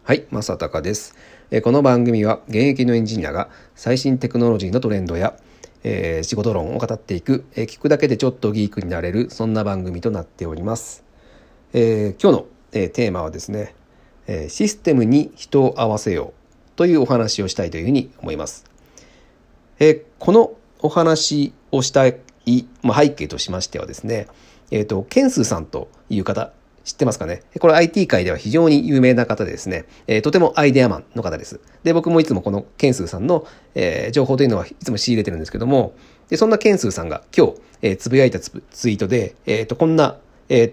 はい、正隆です。この番組は現役のエンジニアが最新テクノロジーのトレンドや、仕事論を語っていく、聞くだけでちょっとギークになれる、そんな番組となっております。今日の、テーマはですね、システムに人を合わせようというお話をしたいというふうに思います。このお話をしたい、背景としましてはですね、ケンスーさんという方、知ってますかね。これ IT 界では非常に有名な方でですね、とてもアイデアマンの方です。で、僕もいつもこのケンスーさんの、情報というのはいつも仕入れてるんですけども、でそんなケンスーさんが今日、つぶやいたツイートで、こんな、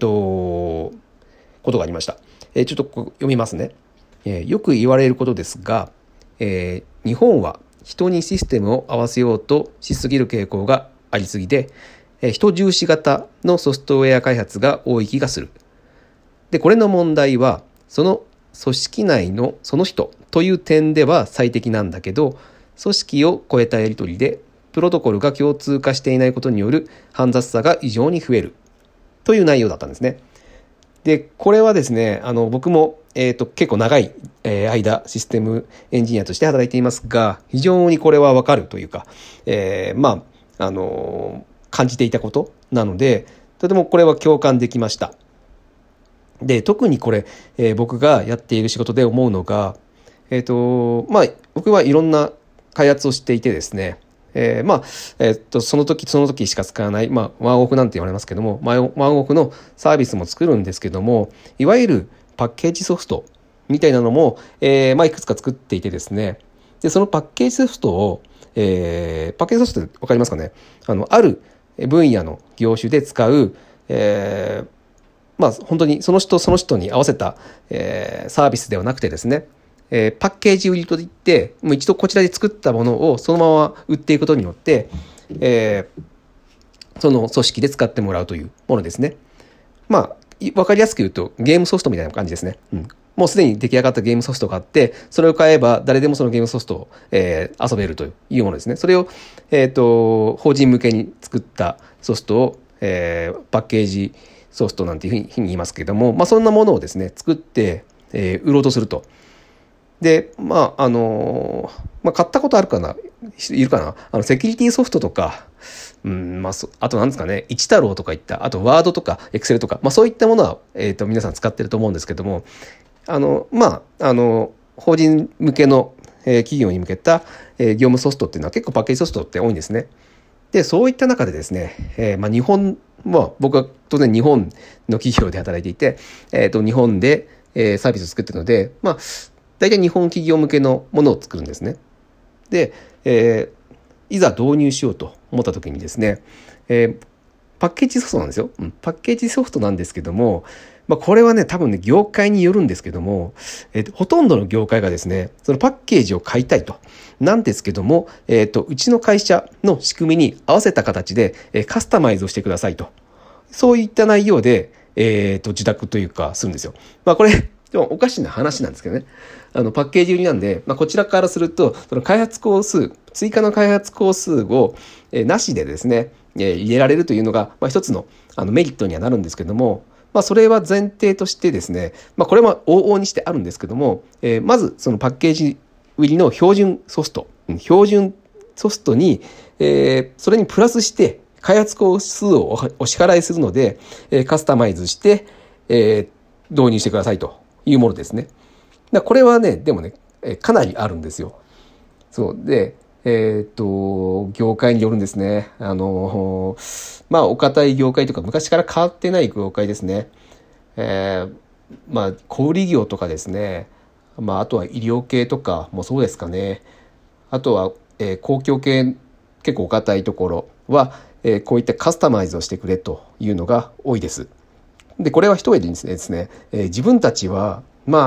ことがありました。ちょっと読みますね。よく言われることですが、日本は人にシステムを合わせようとしすぎる傾向がありすぎで、人重視型のソフトウェア開発が多い気がする。で、これの問題は、その組織内のその人という点では最適なんだけど、組織を超えたやり取りで、プロトコルが共通化していないことによる煩雑さが異常に増えるという内容だったんですね。で、これはですね、僕も、結構長い、間、システムエンジニアとして働いていますが、非常にこれはわかるというか、感じていたことなので、とてもこれは共感できました。で、特にこれ、僕がやっている仕事で思うのが、僕はいろんな開発をしていてですね、その時その時しか使わない、ワンオフなんて言われますけども、ワンオフのサービスも作るんですけども、いわゆるパッケージソフトみたいなのも、いくつか作っていてですね、で、そのパッケージソフトを、パッケージソフトってわかりますかね？ある分野の業種で使う、本当にその人に合わせた、サービスではなくてですね、パッケージ売りといって、もう一度こちらで作ったものをそのまま売っていくことによって、その組織で使ってもらうというものですね。わかりやすく言うとゲームソフトみたいな感じですね。もうすでに出来上がったゲームソフトがあって、それを買えば誰でもそのゲームソフトを、遊べるというものですね。それを、法人向けに作ったソフトを、パッケージソフトなんていうふうに言いますけれども、そんなものをですね、作って、売ろうとすると。で、買ったことあるかいるかな、セキュリティソフトとか、あと何ですかね、一太郎とかいった、あとワードとかエクセルとか、そういったものは、皆さん使ってると思うんですけども、法人向けの、企業に向けた、業務ソフトっていうのは結構パッケージソフトって多いんですね。で、そういった中でですね、日本は、僕は当然日本の企業で働いていて、日本で、サービスを作っているので、大体日本企業向けのものを作るんですね。で、いざ導入しようと思った時にですね、パッケージソフトなんですよ。パッケージソフトなんですけども、これはね、多分ね、業界によるんですけども、ほとんどの業界がですね、そのパッケージを買いたいと。なんですけども、うちの会社の仕組みに合わせた形で、カスタマイズをしてくださいと。そういった内容で、受託というか、するんですよ。これ、でもおかしな話なんですけどね。パッケージ売りなんで、こちらからすると、その開発工数、追加の開発工数を、なしでですね、入れられるというのが、一つの、メリットにはなるんですけども、それは前提としてですね、これも往々にしてあるんですけども、まずそのパッケージ売りの標準ソフトに、それにプラスして開発工数をお支払いするので、カスタマイズして、導入してくださいというものですね。これはね、でもね、かなりあるんですよ。そうで、業界によるんですね。お堅い業界とか昔から変わってない業界ですね。小売業とかですね。あとは医療系とかもそうですかね。あとは、公共系、結構お堅いところは、こういったカスタマイズをしてくれというのが多いです。で、これは一重にですね、自分たちは、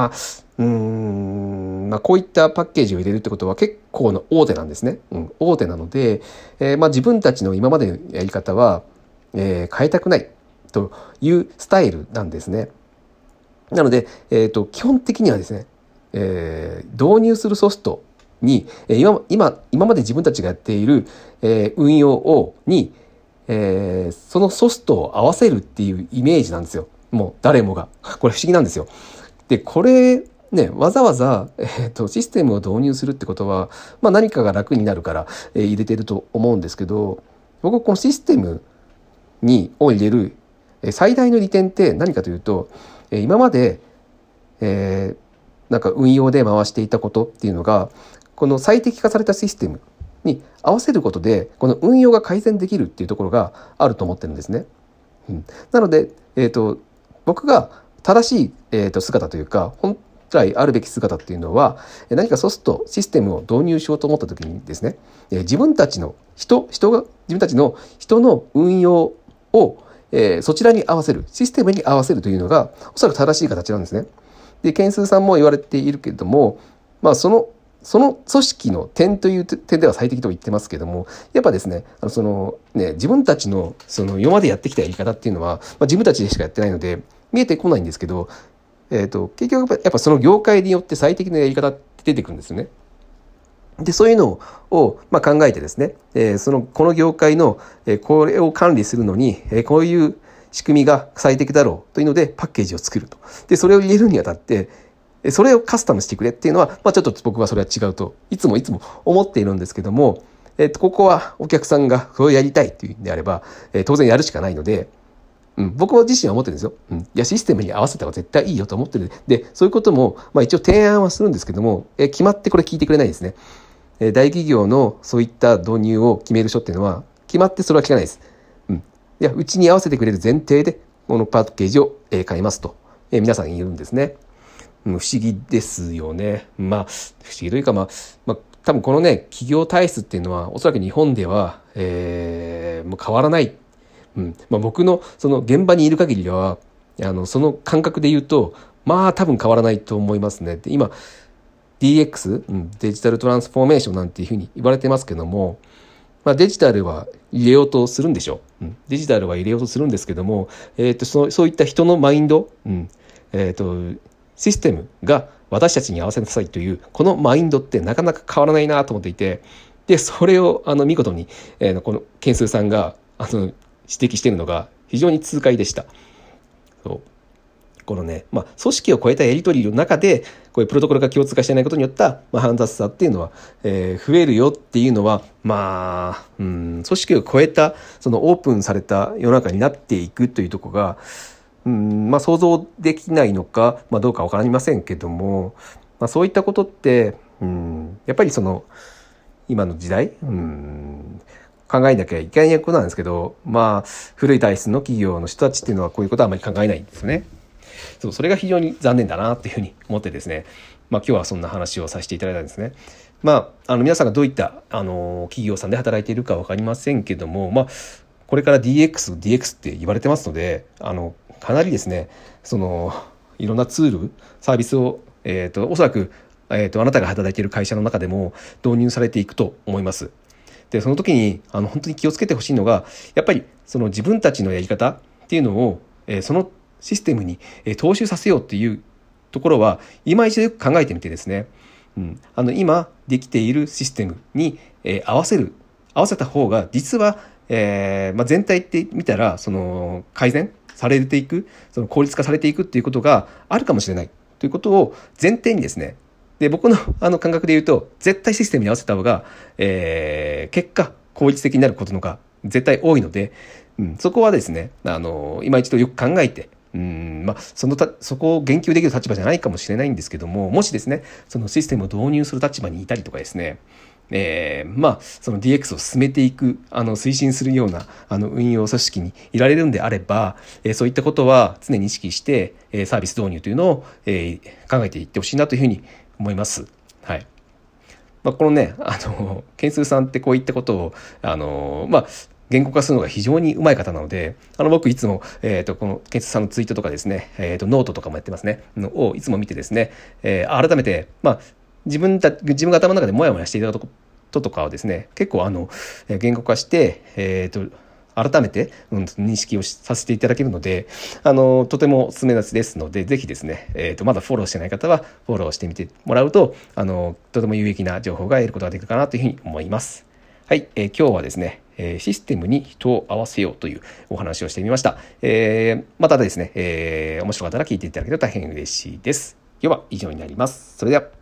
こういったパッケージを入れるってことは結構な大手なんですね。大手なので、自分たちの今までのやり方は、変えたくないというスタイルなんですね。なので、基本的にはですね、導入するソフトに、今まで自分たちがやっている、運用に、そのソフトを合わせるっていうイメージなんですよ。もう誰もが。これ不思議なんですよ。で、これね、わざわざ、システムを導入するってことは、何かが楽になるから、入れてると思うんですけど、僕はこのシステムを入れる最大の利点って何かというと、今まで、なんか運用で回していたことっていうのが、この最適化されたシステムに合わせることでこの運用が改善できるっていうところがあると思ってるんですね。なので、僕が正しい、姿というか本来あるべき姿っていうのは、何かソフトシステムを導入しようと思った時にですね、自分たちの人の運用を、そちらに合わせる、システムに合わせるというのがおそらく正しい形なんですね。で、ケンスーさんも言われているけれども、その組織の点という点では最適と言ってますけども、やっぱですね、自分たちの今までやってきたやり方っていうのは、自分たちでしかやってないので見えてこないんですけど、結局やっぱその業界によって最適なやり方って出てくるんですよね。で、そういうのを考えてですね、この業界のこれを管理するのにこういう仕組みが最適だろうというのでパッケージを作ると。で、それを入れるにあたってそれをカスタムしてくれっていうのは、ちょっと僕はそれは違うといつも思っているんですけども、ここはお客さんがそれをやりたいっていうんであれば、当然やるしかないので、僕自身は思ってるんですよ。いや、システムに合わせた方が絶対いいよと思ってる。で、そういうことも、一応提案はするんですけども、決まってこれ聞いてくれないですね。大企業のそういった導入を決める人っていうのは、決まってそれは聞かないです。いや、うちに合わせてくれる前提で、このパッケージを買いますと、皆さん言うんですね。不思議ですよね。不思議というか、多分このね、企業体質っていうのは、おそらく日本では、もう変わらない。僕のその現場にいる限りでは、その感覚で言うと、多分変わらないと思いますね。で、今、DX、デジタルトランスフォーメーションなんていうふうに言われてますけども、デジタルは入れようとするんでしょう。デジタルは入れようとするんですけども、そういった人のマインド、システムが私たちに合わせなさいというこのマインドってなかなか変わらないなと思っていて、でそれを見事に、このケンスーさんが指摘しているのが非常に痛快でした。このね、組織を超えたやり取りの中でこういうプロトコルが共通化していないことによった煩雑さっていうのは、増えるよっていうのは組織を超えたそのオープンされた世の中になっていくというところが想像できないのか、どうかわかりませんけども、そういったことって、やっぱり今の時代、考えなきゃいけないことなんですけど、古い体質の企業の人たちっていうのはこういうことはあまり考えないんですよね。それが非常に残念だなっていうふうに思ってですね、今日はそんな話をさせていただいたんですね。皆さんがどういった企業さんで働いているかわかりませんけども、これから DX って言われてますので、かなりですね、いろんなツール、サービスを、おそらく、あなたが働いている会社の中でも導入されていくと思います。で、その時に本当に気をつけてほしいのが、やっぱり自分たちのやり方っていうのを、そのシステムに踏襲させようっていうところは今一度よく考えてみてですね、今できているシステムに、合わせた方が実は、全体って見たら改善されていく、効率化されていくっていうことがあるかもしれないということを前提にですね、で僕の感覚で言うと絶対システムに合わせた方が、結果効率的になることのが絶対多いので、そこはですね今一度よく考えて、そこを言及できる立場じゃないかもしれないんですけども、もしですねそのシステムを導入する立場にいたりとかですね、その DX を進めていく推進するような運用組織にいられるんであれば、そういったことは常に意識して、サービス導入というのを、考えていってほしいなというふうに思います。はい。このねケンスーさんってこういったことを言語化するのが非常にうまい方なので、僕いつも、このケンスーさんのツイートとかですね、ノートとかもやってますねをいつも見てですね、改めて自分が頭の中でモヤモヤしていたこととかをですね結構言語化して、改めて、認識をさせていただけるのでとてもおすすめですので、ぜひですね、まだフォローしてない方はフォローしてみてもらうととても有益な情報が得ることができるかなというふうに思います。はい、今日はですねシステムに人を合わせようというお話をしてみました。またですね、面白かったら聞いていただけると大変嬉しいです。 日は以上になります。それでは。